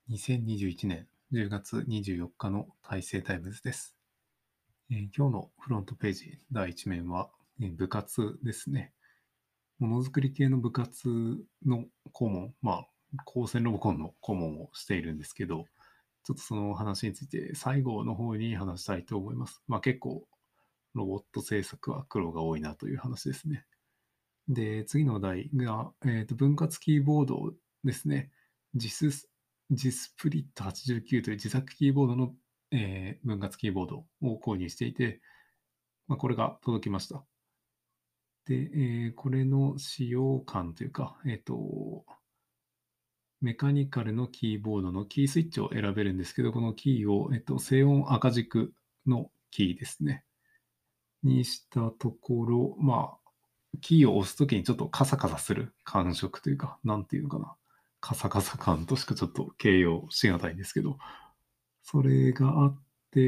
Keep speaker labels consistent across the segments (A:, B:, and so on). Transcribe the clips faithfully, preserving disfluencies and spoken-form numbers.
A: にせんにじゅういちねんじゅうがつにじゅうよっかの大成タイムズです。えー今日のフロントページ第一面は、えー部活ですね。ものづくり系の部活の顧問、まあ、高専ロボコンの顧問をしているんですけど、ちょっとその話について最後の方に話したいと思います。まあ結構ロボット制作は苦労が多いなという話ですね。で、次の話題が、えーと分割キーボードですね。JIS、ジスプリットはちじゅうきゅうという自作キーボードの、えー分割キーボードを購入していて、まあ、これが届きました。で、えーこれの使用感というか、えっ、と、メカニカルのキーボードのキースイッチを選べるんですけど、このキーを、えっ、と、静音赤軸のキーですね。にしたところ、まあ、キーを押すときにちょっとカサカサする感触というか、なんていうのかな。カサカサ感としかちょっと形容しがたいんですけど、それがあって、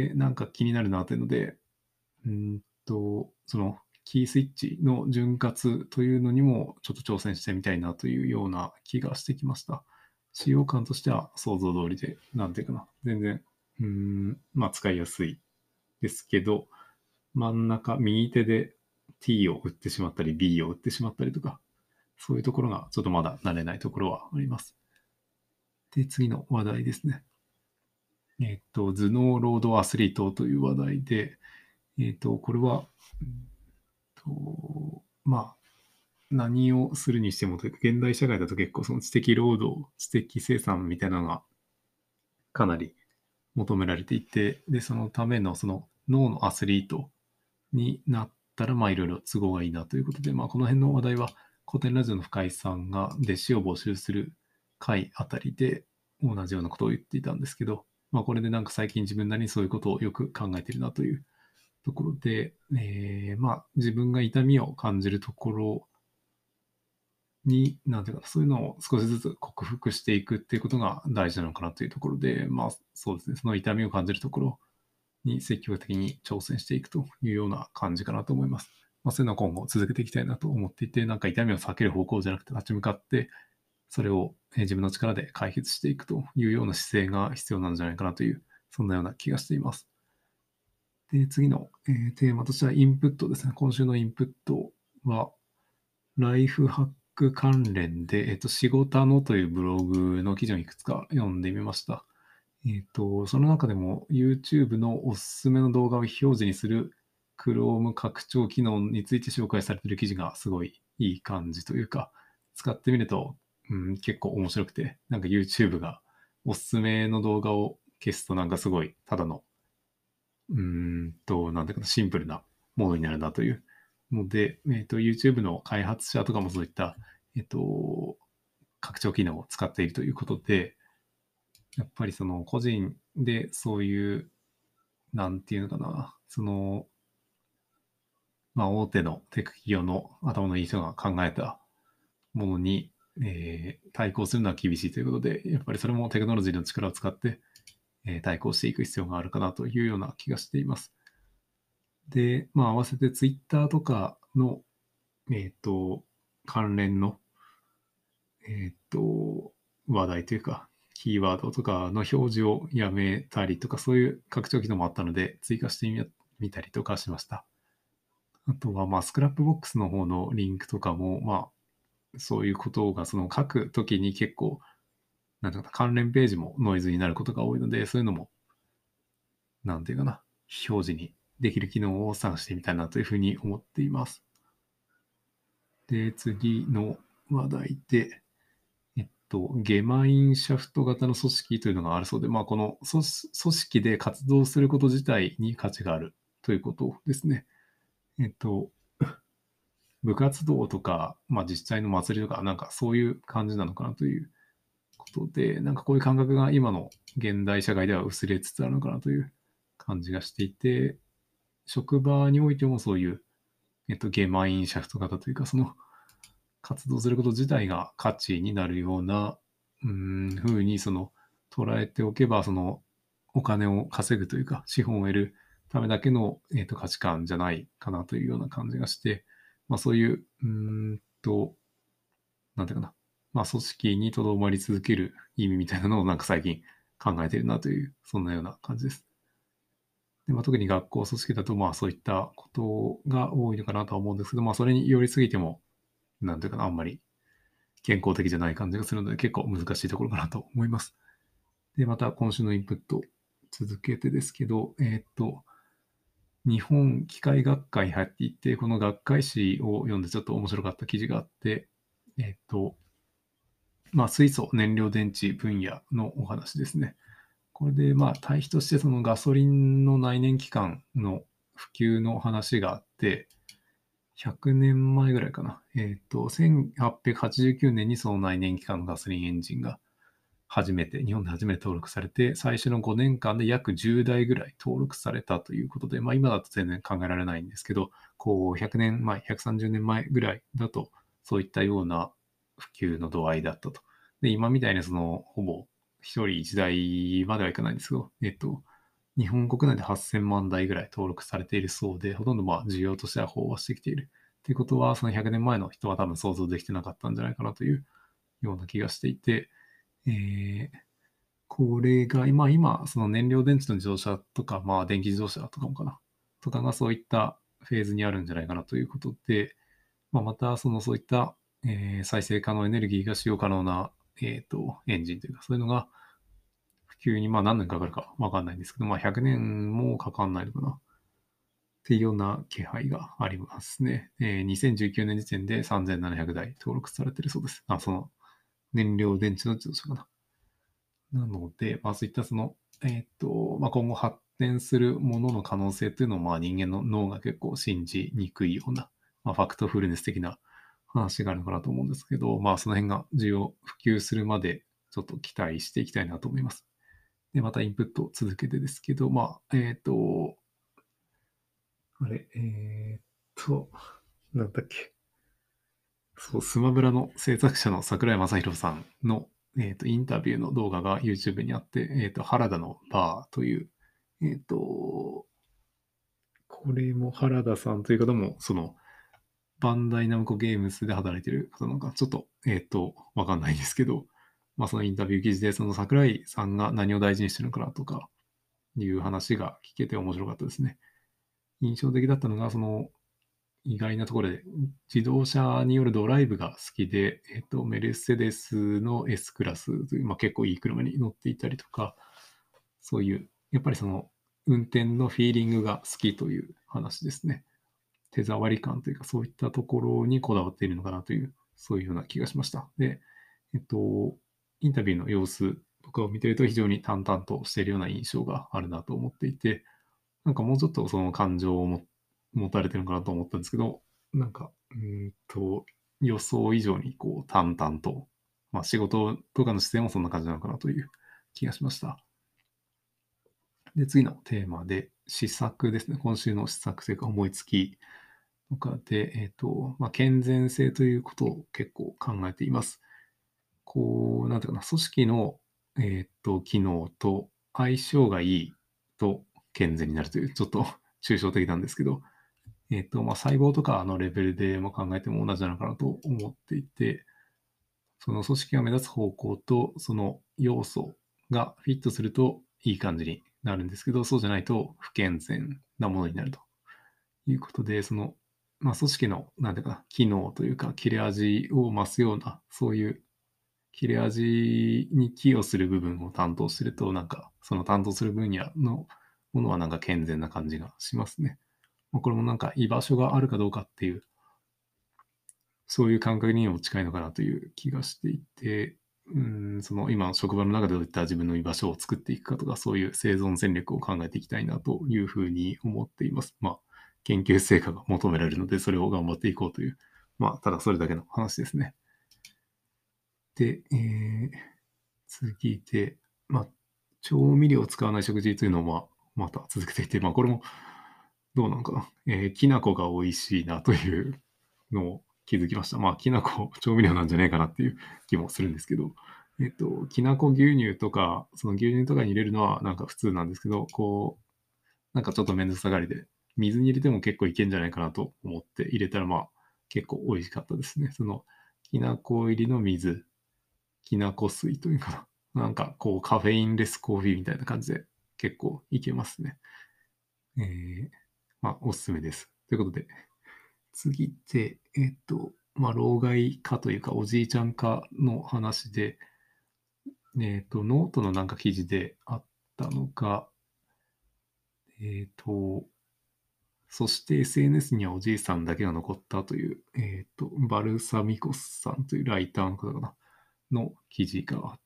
A: なんか気になるなというので、うーんと、そのキースイッチの潤滑というのにもちょっと挑戦してみたいなというような気がしてきました。使用感としては想像通りで、なんていうかな。全然、うーん、まあ使いやすいですけど、真ん中、右手で T を打ってしまったり、B を打ってしまったりとか、そういうところがちょっとまだ慣れないところはあります。で、次の話題ですね。えっと、頭脳ロードアスリートという話題で、えっと、これは、うんとまあ、何をするにしてもというか、現代社会だと結構その知的労働、知的生産みたいなのがかなり求められていて、で、そのためのその脳のアスリートになったら、まあいろいろ都合がいいなということで、まあこの辺の話題は古典ラジオの深井さんが弟子を募集する回あたりで同じようなことを言っていたんですけど、まあこれでなんか最近自分なりにそういうことをよく考えているなというところで、えー、まあ自分が痛みを感じるところに、なんていうか、そういうのを少しずつ克服していくっていうことが大事なのかなというところで、まあそうですね、その痛みを感じるところに積極的に挑戦していくというような感じかなと思います。まあ、そういうのは今後続けていきたいなと思っていて、なんか痛みを避ける方向じゃなくて立ち向かって、それを自分の力で解決していくというような姿勢が必要なんじゃないかなという、そんなような気がしています。で、次の、えーテーマとしてはインプットですね。今週のインプットは、ライフハック関連で、えっと、仕事のというブログの記事をいくつか読んでみました。えっと、その中でも YouTube のおすすめの動画を表示にする Chrome 拡張機能について紹介されている記事がすごいいい感じというか、使ってみると、うん、結構面白くて、なんか YouTube がおすすめの動画を消すとなんかすごいただの、うーんと、なんだかな、シンプルなものになるなというので、えっと、YouTube の開発者とかもそういった、えっと、拡張機能を使っているということで、やっぱりその個人でそういう、なんていうのかな、その、まあ大手のテク企業の頭のいい人が考えたものに、えー対抗するのは厳しいということで、やっぱりそれもテクノロジーの力を使って、えー対抗していく必要があるかなというような気がしています。で、まあ合わせて Twitter とかの、えっ、と、関連の、えっ、と、話題というか、キーワードとかの表示をやめたりとか、そういう拡張機能もあったので、追加してみみたりとかしました。あとは、まあ、スクラップボックスの方のリンクとかも、まあ、そういうことが、その書くときに結構、なんていうかな、関連ページもノイズになることが多いので、そういうのも、なんていうかな、表示にできる機能を探してみたいなというふうに思っています。で、次の話題で、えっと、ゲマインシャフト型の組織というのがあるそうで、まあ、この組組織で活動すること自体に価値があるということですね。えっと、部活動とか、まあ、自治体の祭りとか、なんかそういう感じなのかなということで、なんかこういう感覚が今の現代社会では薄れつつあるのかなという感じがしていて、職場においてもそういう、えっと、ゲマインシャフト型というか、その活動すること自体が価値になるような、うーん、風にその捉えておけば、そのお金を稼ぐというか、資本を得るためだけの、えーと価値観じゃないかなというような感じがして、まあそういう、うーんと、なんていうかな。 まあ、組織にとどまり続ける意味みたいなのをなんか最近考えてるなという、そんなような感じです。で、まあ、特に学校組織だと、まあ、そういったことが多いのかなとは思うんですけど、まあ、それに寄りすぎても、なんていうかな、あんまり健康的じゃない感じがするので、結構難しいところかなと思います。で、また今週のインプット続けてですけど、えーっと、日本機械学会に入っていて、この学会誌を読んでちょっと面白かった記事があって、えーっと、まあ、水素燃料電池分野のお話ですね。これで、まあ、対比としてそのガソリンの内燃機関の普及の話があって、ひゃくねんまえぐらいかな。えっ、と、せんはっぴゃくはちじゅうきゅうねんにその内燃機関のガソリンエンジンが初めて、日本で初めて登録されて、最初のごねんかんで約じゅうだいぐらい登録されたということで、まあ今だと全然考えられないんですけど、こうひゃくねんまえ、ひゃくさんじゅうねんまえぐらいだと、そういったような普及の度合いだったと。で、今みたいにその、ほぼ一人一台まではいかないんですけど、えっと、日本国内ではっせんまんだいぐらい登録されているそうで、ほとんどまあ需要としては飽和してきている。ということは、そのひゃくねんまえの人は多分想像できてなかったんじゃないかなというような気がしていて、えーこれが今、今、その燃料電池の自動車とか、まあ電気自動車とかもかな、とかがそういったフェーズにあるんじゃないかなということで、まあ、また、そのそういった、えー再生可能エネルギーが使用可能な、えっと、エンジンというか、そういうのが普及にまあ何年かかるかわかんないんですけど、まあひゃくねんもかかんないのかなっていうような気配がありますね。えーにせんじゅうきゅうねん時点でさんぜんななひゃくだい登録されているそうです。あ、その燃料電池の自動車かな。なので、まあ、そういったその、えっと、まあ、今後発展するものの可能性というのを、まあ、人間の脳が結構信じにくいような、まあ、ファクトフルネス的な話があるのかなと思うんですけど、まあ、その辺が需要、普及するまで、ちょっと期待していきたいなと思います。で、またインプットを続けてですけど、まあ、えっと、あれ、えっと、なんだっけ。そう、スマブラの制作者の桜井正宏さんの、えーと、インタビューの動画が YouTube にあって、えーと、原田のバーという、えっ、と、これも原田さんという方も、その、バンダイナムコゲームスで働いている方なんか、ちょっと、えっ、と、わかんないですけど、まあ、そのインタビュー記事で、その桜井さんが何を大事にしてるのかなとか、いう話が聞けて面白かったですね。印象的だったのが、その、意外なところで、自動車によるドライブが好きで、えっと、メルセデスの S クラスという、まあ、結構いい車に乗っていたりとか、そういう、やっぱりその、運転のフィーリングが好きという話ですね。手触り感というか、そういったところにこだわっているのかなという、そういうような気がしました。で、えっと、インタビューの様子とかを見ていると非常に淡々としているような印象があるなと思っていて、なんかもうちょっとその感情をも持たれてるのかなと思ったんですけど、なんか、うーんと、予想以上にこう淡々と、まあ仕事とかの姿勢もそんな感じなのかなという気がしました。で、次のテーマで、施策ですね。今週の施策というか思いつきとかで、えっ、と、まあ、健全性ということを結構考えています。こう、なんていうかな、組織の、えっ、と、機能と相性がいいと健全になるという、ちょっと抽象的なんですけど、えっ、と、まあ、細胞とかのレベルでも考えても同じなのかなと思っていて、その組織が目指す方向とその要素がフィットするといい感じになるんですけど、そうじゃないと不健全なものになるということで、その、まあ、組織の、なんていうかな、機能というか、切れ味を増すような、そういう切れ味に寄与する部分を担当すると、なんか、その担当する分野のものはなんか健全な感じがしますね。まあこれもなんか居場所があるかどうかっていうそういう感覚にも近いのかなという気がしていて、うん、その今、職場の中でどういった自分の居場所を作っていくかとか、そういう生存戦略を考えていきたいなというふうに思っています。まあ、研究成果が求められるので、それを頑張っていこうという、まあ、ただそれだけの話ですね。で、えー、次で、まあ、調味料を使わない食事というのは、また続けていて、まあ、これもどうなのかな。えー、きな粉が美味しいなというのを気づきました。まあ、きな粉、調味料なんじゃねえかなっていう気もするんですけど、えっと、きな粉牛乳とか、その牛乳とかに入れるのはなんか普通なんですけど、こう、なんかちょっとめんどくさがりで、水に入れても結構いけんじゃないかなと思って入れたら、まあ、結構美味しかったですね。その、きな粉入りの水。 きなこ水というかな、なんかこうカフェインレスコーヒーみたいな感じで結構いけますね。えー、まあおすすめです。ということで、次って、えっと、まあ老害化というかおじいちゃん化の話で、えっと、ノートのなんか記事であったのが、えっと、そして エスエヌエス にはおじいさんだけが残ったという、えっと、バルサミコスさんというライターの方かな、の記事があって、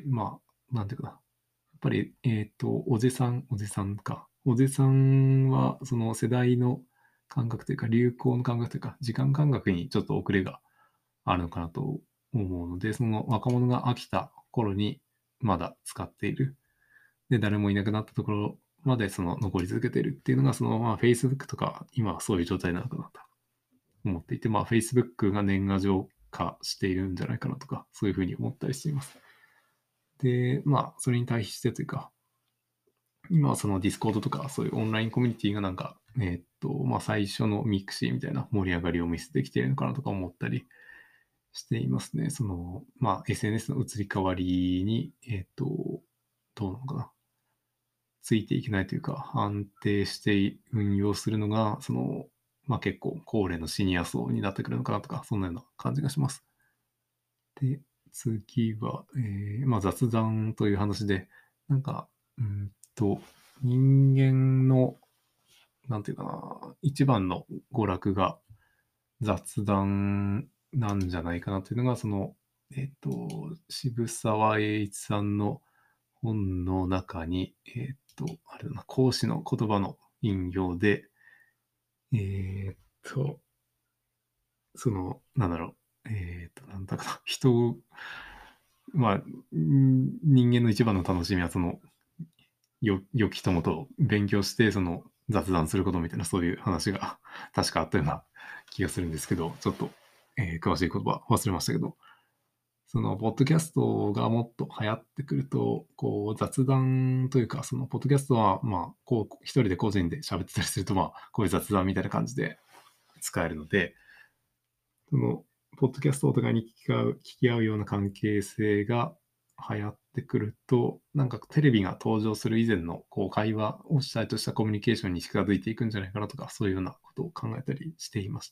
A: まあ、なんていうかな。やっぱり、えっと、おじさん、おじさんか。おじさんは、その世代の感覚というか、流行の感覚というか、時間感覚にちょっと遅れがあるのかなと思うので、その若者が飽きた頃にまだ使っている。で、誰もいなくなったところまでその残り続けているっていうのが、そのまあ Facebook とか今はそういう状態なのかなと思っていて、まあ Facebook が年賀状化しているんじゃないかなとか、そういうふうに思ったりしています。で、まあそれに対してというか、今はその Discord とかそういうオンラインコミュニティがなんか、えーっと、まあ最初のミクシーみたいな盛り上がりを見せてきているのかなとか思ったりしていますね。その、まあ エスエヌエス の移り変わりに、えーっと、どうなのかな。ついていけないというか、安定して運用するのが、その、まあ結構高齢のシニア層になってくるのかなとか、そんなような感じがします。で、次は、えーまあ、雑談という話で、なんか、うんと、人間の、なんていうかな、一番の娯楽が雑談なんじゃないかなというのが、その、えっと、渋沢栄一さんの本の中に、えっと、あれだな、講師の言葉の引用で、えっと、その、なんだろう、えっと、なんだかな、人を、まあ、人間の一番の楽しみは、その、よ、良き友と勉強して、その、雑談することみたいな、そういう話が確かあったような気がするんですけど、ちょっと、えー詳しい言葉忘れましたけど、その、ポッドキャストがもっと流行ってくると、こう、雑談というか、その、ポッドキャストは、まあ、こう、一人で個人で喋ってたりすると、まあ、こういう雑談みたいな感じで使えるので、その、ポッドキャストをお互いに聞き合う、聞き合うような関係性が流行ってくると、なんかテレビが登場する以前のこう会話を主体としたコミュニケーションに近づいていくんじゃないかなとか、そういうようなことを考えたりしていました。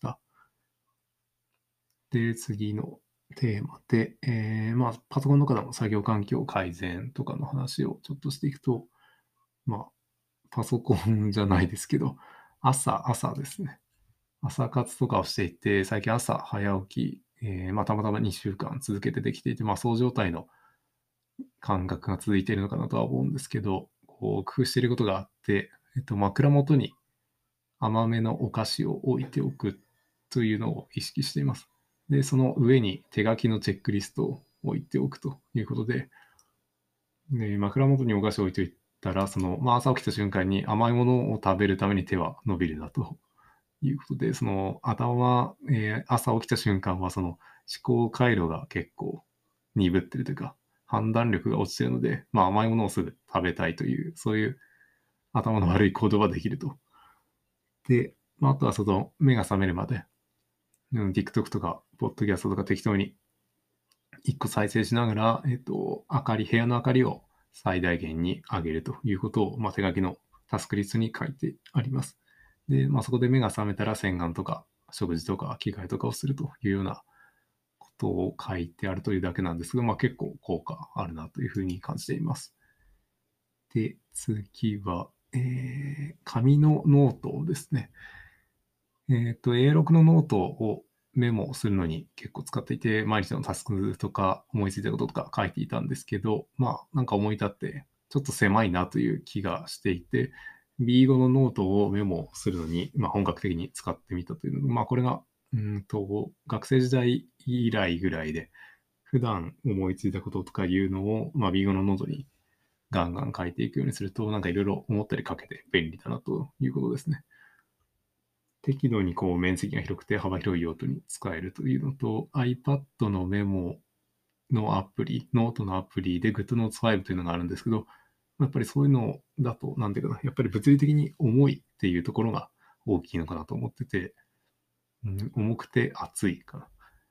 A: で、次のテーマで、えー、まあ、パソコンの方の作業環境改善とかの話をちょっとしていくと、まあ、パソコンじゃないですけど、朝、朝ですね。朝活とかをしていて、最近朝早起き、えーまあ、たまたまにしゅうかん続けてできていて、まあ、そう状態の感覚が続いているのかなとは思うんですけど、こう工夫していることがあって、えっと、枕元に甘めのお菓子を置いておくというのを意識しています。で、その上に手書きのチェックリストを置いておくということで、で枕元にお菓子を置いておいたら、その、まあ、朝起きた瞬間に甘いものを食べるために手は伸びるなということで、その頭、えー朝起きた瞬間はその思考回路が結構鈍ってるというか、判断力が落ちてるので、まあ甘いものをすぐ食べたいという、そういう頭の悪い行動ができると。で、まあ、あとはその目が覚めるまで、うん、TikTok とか、ポッドキャストとか適当に一個再生しながら、えっと、明かり、部屋の明かりを最大限に上げるということを、まあ、手書きのタスクリストに書いてあります。で、まあ、そこで目が覚めたら洗顔とか食事とか着替えとかをするというようなことを書いてあるというだけなんですが、まあ、結構効果あるなというふうに感じています。で、次は、えー、紙のノートですね。えっと、エーろく のノートをメモするのに結構使っていて、毎日のタスクとか思いついたこととか書いていたんですけど、まあ、なんか思い立って、ちょっと狭いなという気がしていて、ビーご のノートをメモするのに、まあ、本格的に使ってみたというので、まあ、これが、うんと、学生時代以来ぐらいで、普段思いついたこととかいうのを、まあ、ビーご のノートにガンガン書いていくようにすると、なんかいろいろ思ったり書けて便利だなということですね。適度にこう面積が広くて幅広い用途に使えるというのと、iPad のメモのアプリ、ノートのアプリで GoodNotes ファイブというのがあるんですけど、やっぱりそういうのだと、なんていうかな、やっぱり物理的に重いっていうところが大きいのかなと思ってて、うん、重くて厚いかな。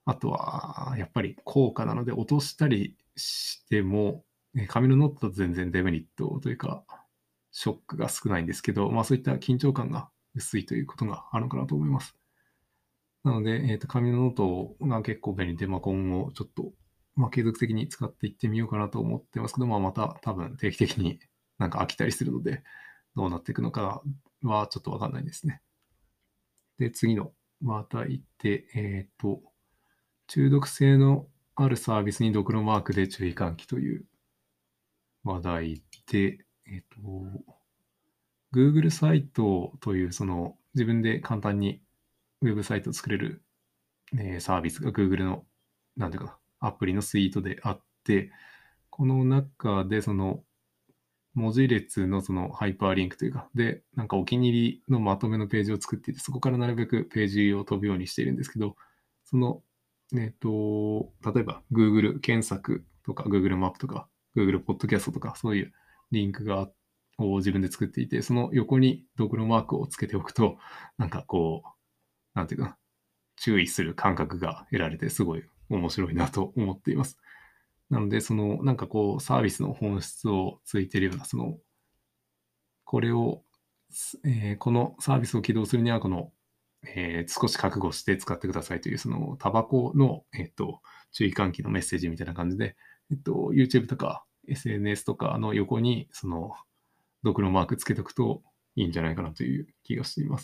A: あとは、やっぱり高価なので落としたりしても、え、紙のノートだと全然デメリットというか、ショックが少ないんですけど、まあ、そういった緊張感が薄いということがあるのかなと思います。なので、えっと、紙のノートが結構便利で、まあ、今後ちょっと、まあ、継続的に使っていってみようかなと思ってますけど、まあ、また多分定期的になんか飽きたりするので、どうなっていくのかはちょっとわかんないですね。で、次の話題で、えっと、中毒性のあるサービスにドクロマークで注意喚起という話題で、えっと、Google サイトというその自分で簡単にウェブサイトを作れる、えーサービスが Google の、なんていうかな、アプリのスイートであって、この中でその文字列のそのハイパーリンクというか、で、なんかお気に入りのまとめのページを作っていて、そこからなるべくページを飛ぶようにしているんですけど、その、えっと、例えば Google 検索とか Google マップとか Google ポッドキャストとかそういうリンクがを自分で作っていて、その横にドクロマークをつけておくと、なんかこう、なんていうかな、注意する感覚が得られて、すごい面白いなと思っています。なので、その、なんかこう、サービスの本質をついているような、その、これを、えーこのサービスを起動するには、この、えー少し覚悟して使ってくださいという、その、タバコの、えっと、注意喚起のメッセージみたいな感じで、えっと、YouTube とか エスエヌエス とかの横に、その、ドクロマークつけておくといいんじゃないかなという気がしています。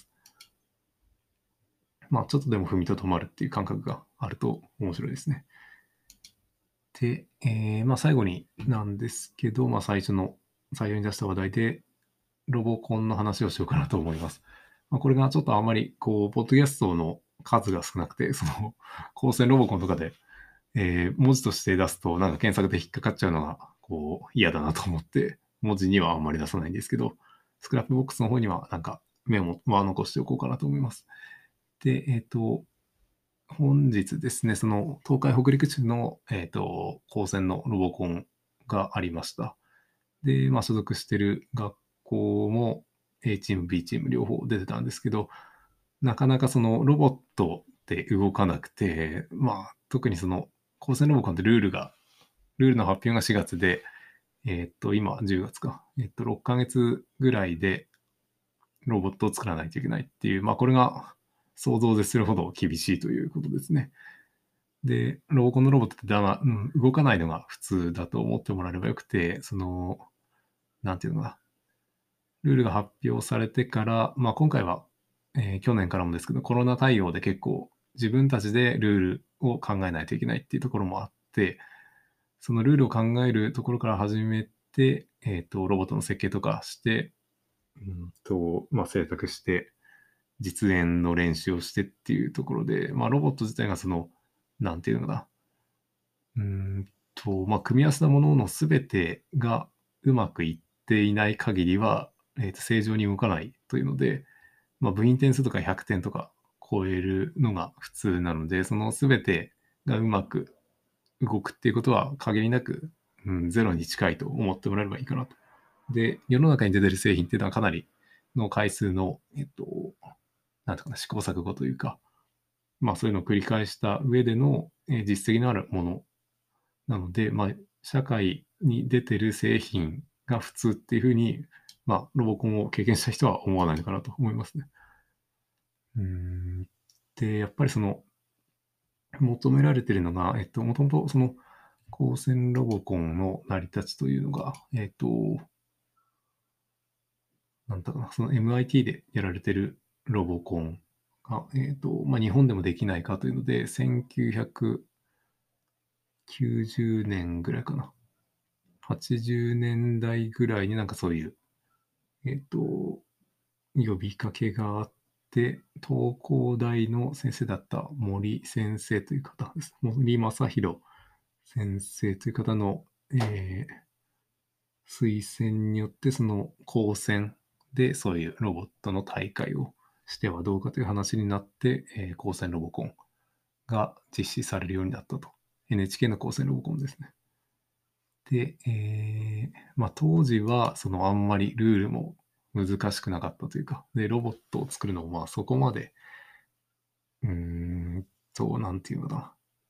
A: まあ、ちょっとでも踏みとどまるっていう感覚があると面白いですね。で、えーまあ、最後になんですけど、まあ、最初の最初に出した話題で、ロボコンの話をしようかなと思います。まあ、これがちょっとあんまり、こう、ポッドキャストの数が少なくて、その、高専ロボコンとかで、えー文字として出すと、なんか検索で引っかかっちゃうのが、こう、嫌だなと思って、文字にはあんまり出さないんですけど、スクラップボックスの方には、なんか、メモは残しておこうかなと思います。で、えっ、と、本日ですね、その東海北陸地の、えっ、と、高専のロボコンがありました。で、まあ、所属してる学校も A チーム、B チーム両方出てたんですけど、なかなかそのロボットって動かなくて、まあ、特にその高専ロボコンってルールが、ルールの発表がしがつで、えっと、今じゅうがつか、えっと、ろっかげつぐらいでロボットを作らないといけないっていう、まあ、これが想像を絶するほど厳しいということですね。で、ロボコンのロボットってだま、うん、動かないのが普通だと思ってもらえればよくて、その、なんていうのかな、ルールが発表されてから、まあ、今回は、えー去年からもですけど、コロナ対応で結構自分たちでルールを考えないといけないっていうところもあって、そのルールを考えるところから始めて、えっと、ロボットの設計とかして、うんと、まあ、制作して、実演の練習をしてっていうところで、まあ、ロボット自体がその、なんていうのかな、うーんと、まあ、組み合わせたもののすべてがうまくいっていない限りは、えーと正常に動かないというので、まあ、部員点数とかひゃくてんとか超えるのが普通なので、そのすべてがうまく動くっていうことは限りなく、うん、ゼロに近いと思ってもらえればいいかなと。で、世の中に出てる製品っていうのはかなりの回数の、えっと、なんていうかな、試行錯誤というか、まあそういうのを繰り返した上での、えー実績のあるものなので、まあ、社会に出てる製品が普通っていうふうに、まあ、ロボコンを経験した人は思わないのかなと思いますね。うーん。で、やっぱりその、求められているのが、えっと、もともとその、高専ロボコンの成り立ちというのが、えっと、なんだかな、その エムアイティー でやられてるロボコンが、えっと、まあ、日本でもできないかというので、せんきゅうひゃくきゅうじゅうねんぐらいかな。はちじゅうねんだいぐらいになんかそういう、えっと、呼びかけがあって、東工大の先生だった森先生という方です。森正弘先生という方の、えー推薦によって、その高専でそういうロボットの大会をしてはどうかという話になって、えー高専ロボコンが実施されるようになったと。エヌエイチケー の高専ロボコンですね。で、えーまあ、当時はそのあんまりルールも難しくなかったというか、で、ロボットを作るのもまあそこまで、うーんと、なんていうのかな。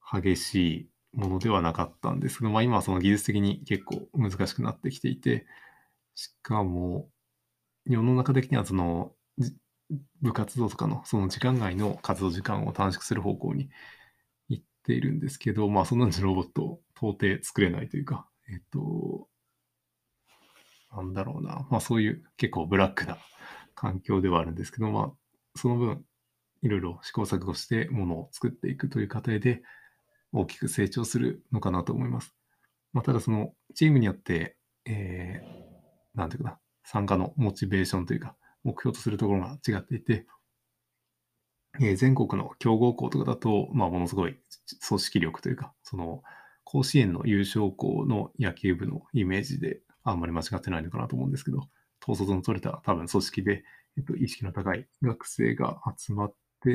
A: 激しいものではなかったんですけど、まあ、今はその技術的に結構難しくなってきていて、しかも世の中的にはその、じ部活動とかのその時間外の活動時間を短縮する方向に行っているんですけど、まあ、そんなんじゃロボットを到底作れないというか、えっと、なんだろうな、まあ、そういう結構ブラックな環境ではあるんですけど、まあ、その分、いろいろ試行錯誤してものを作っていくという過程で大きく成長するのかなと思います。まあ、ただそのチームによって、えー、なんていうかな、参加のモチベーションというか、目標とするところが違っていて、えー全国の強豪校とかだと、まあ、ものすごい組織力というか、その甲子園の優勝校の野球部のイメージであんまり間違ってないのかなと思うんですけど、統率の取れた多分組織で、えっと、意識の高い学生が集まって、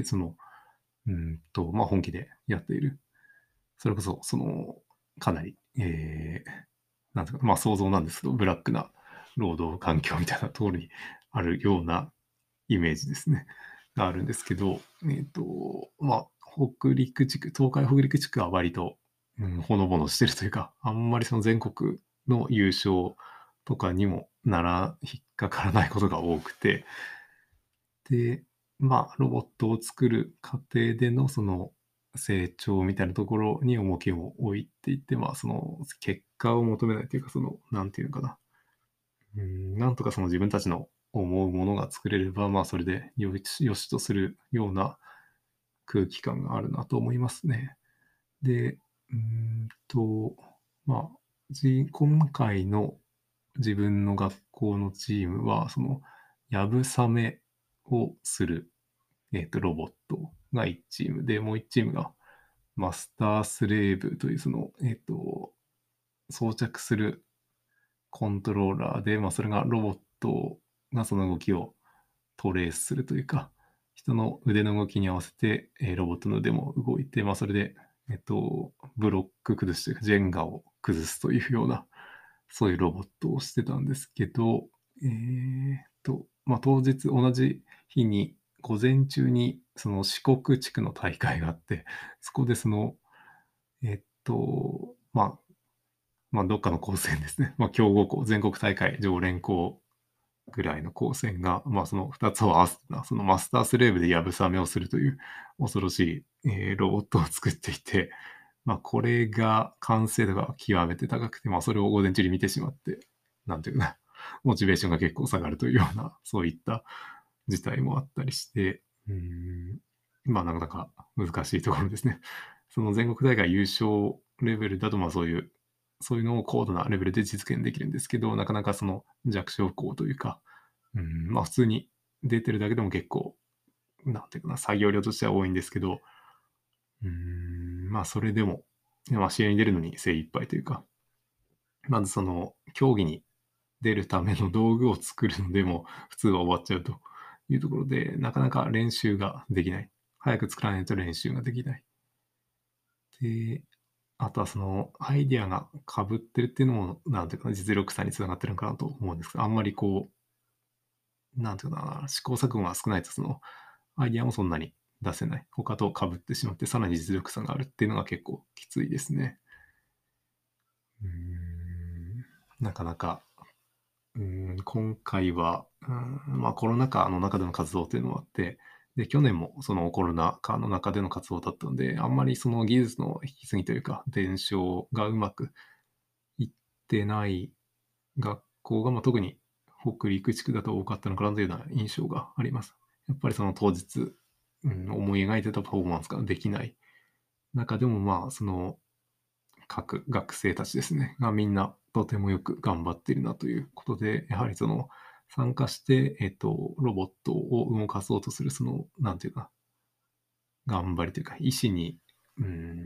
A: その、うんと、まあ、本気でやっている。それこそ、その、かなり、えー、なんていうか、まあ想像なんですけど、ブラックな労働環境みたいなところにあるようなイメージですね。があるんですけど、えっ、と、まあ、北陸地区、東海北陸地区は割と、うん、ほのぼのしてるというか、あんまりその全国の優勝とかにもなら、引っかからないことが多くて、で、まあ、ロボットを作る過程でのその成長みたいなところに重きを置いていって、まあ、その結果を求めないというか、その、なんていうのかな。うん、なんとかその自分たちの思うものが作れれば、まあ、それでよしよしとするような空気感があるなと思いますね。で、うーんと、まあ、じ今回の自分の学校のチームは、その、やぶさめをする、えっと、ロボットがいちチームで、もういちチームがマスタースレーブという、その、えっと、装着するコントローラーで、まあ、それがロボットがその動きをトレースするというか、人の腕の動きに合わせて、えーロボットの腕も動いて、まあ、それで、えっと、ブロック崩しというか、ジェンガを崩すというような、そういうロボットをしてたんですけど、えーっと、まあ、当日同じ日に、午前中にその四国地区の大会があって、そこでその、えっと、まあ、まあ、どっかの高専ですね。まあ、強豪校、全国大会常連校ぐらいの高専が、まあ、そのふたつを合わせた、そのマスタースレーブでやぶさめをするという恐ろしい、えーロボットを作っていて、まあ、これが完成度が極めて高くて、まあ、それを午前中に見てしまって、なんていうかな、モチベーションが結構下がるというような、そういった事態もあったりして、うーん、まあ、なかなか難しいところですね。その全国大会優勝レベルだと、まあ、そういう、そういうのを高度なレベルで実現できるんですけど、なかなかその弱小校というか、うん、まあ、普通に出てるだけでも結構、なんていうかな、作業量としては多いんですけど、うーん、まあ、それでも、まあ、試合に出るのに精一杯というか、まずその競技に出るための道具を作るのでも普通は終わっちゃうというところで、なかなか練習ができない。早く作らないと練習ができない。で、あとはそのアイディアが被ってるっていうのも、なんていうかな、実力差につながってるのかなと思うんですけど、あんまりこう、なんていうかな、試行錯誤が少ないとそのアイディアもそんなに出せない。他と被ってしまって、さらに実力差があるっていうのが結構きついですね。うーん、なかなかうん、今回は、うん、まあ、コロナ禍の中での活動というのもあって、で、去年もそのコロナ禍の中での活動だったので、あんまりその技術の引き継ぎというか、伝承がうまくいってない学校が、まあ、特に北陸地区だと多かったのかなというような印象があります。やっぱりその当日、うん、思い描いてたパフォーマンスができない中でも、まあ、その各学生たちですね、がみんなとてもよく頑張っているなということで、やはりその参加して、えっと、ロボットを動かそうとする、その、なんていうか、頑張りというか、意志に、うん、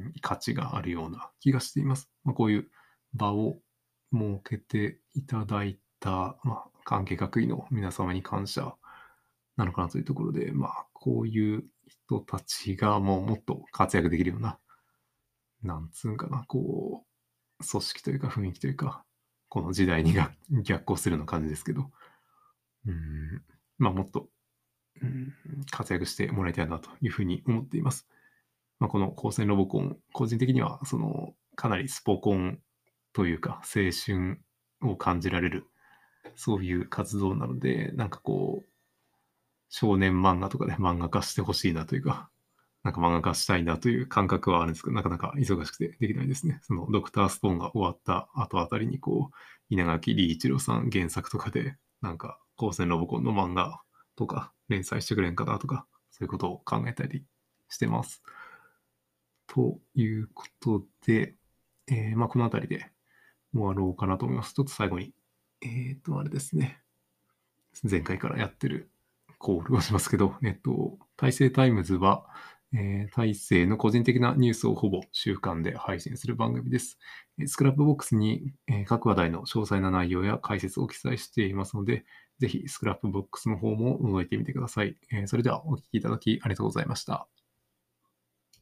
A: 価値があるような気がしています。まあ、こういう場を設けていただいた、まあ、関係学位の皆様に感謝なのかなというところで、まあ、こういう人たちがもうもっと活躍できるような、なんつうんかな、こう、組織というか雰囲気というか、この時代にが逆行するような感じですけど、うん、まあ、もっと、うん、活躍してもらいたいなというふうに思っています。 まあ、この高専ロボコン、個人的にはそのかなりスポコンというか青春を感じられる、そういう活動なので、なんかこう、少年漫画とかで漫画化してほしいなというか、なんか漫画化したいなという感覚はあるんですけど、なかなか忙しくてできないですね。そのドクターストーンが終わった後あたりに、こう、稲垣理一郎さん原作とかで、なんか、高専ロボコンの漫画とか連載してくれんかなとか、そういうことを考えたりしてます。ということで、えーまあ、このあたりで終わろうかなと思います。ちょっと最後に、えっ、と、あれですね。前回からやってるコールをしますけど、えっと、大成タイムズは、えー、大成の個人的なニュースをほぼ週間で配信する番組です。スクラップボックスに、えー各話題の詳細な内容や解説を記載していますので、ぜひスクラップボックスの方も覗いてみてください。えーそれではお聞きいただきありがとうございました。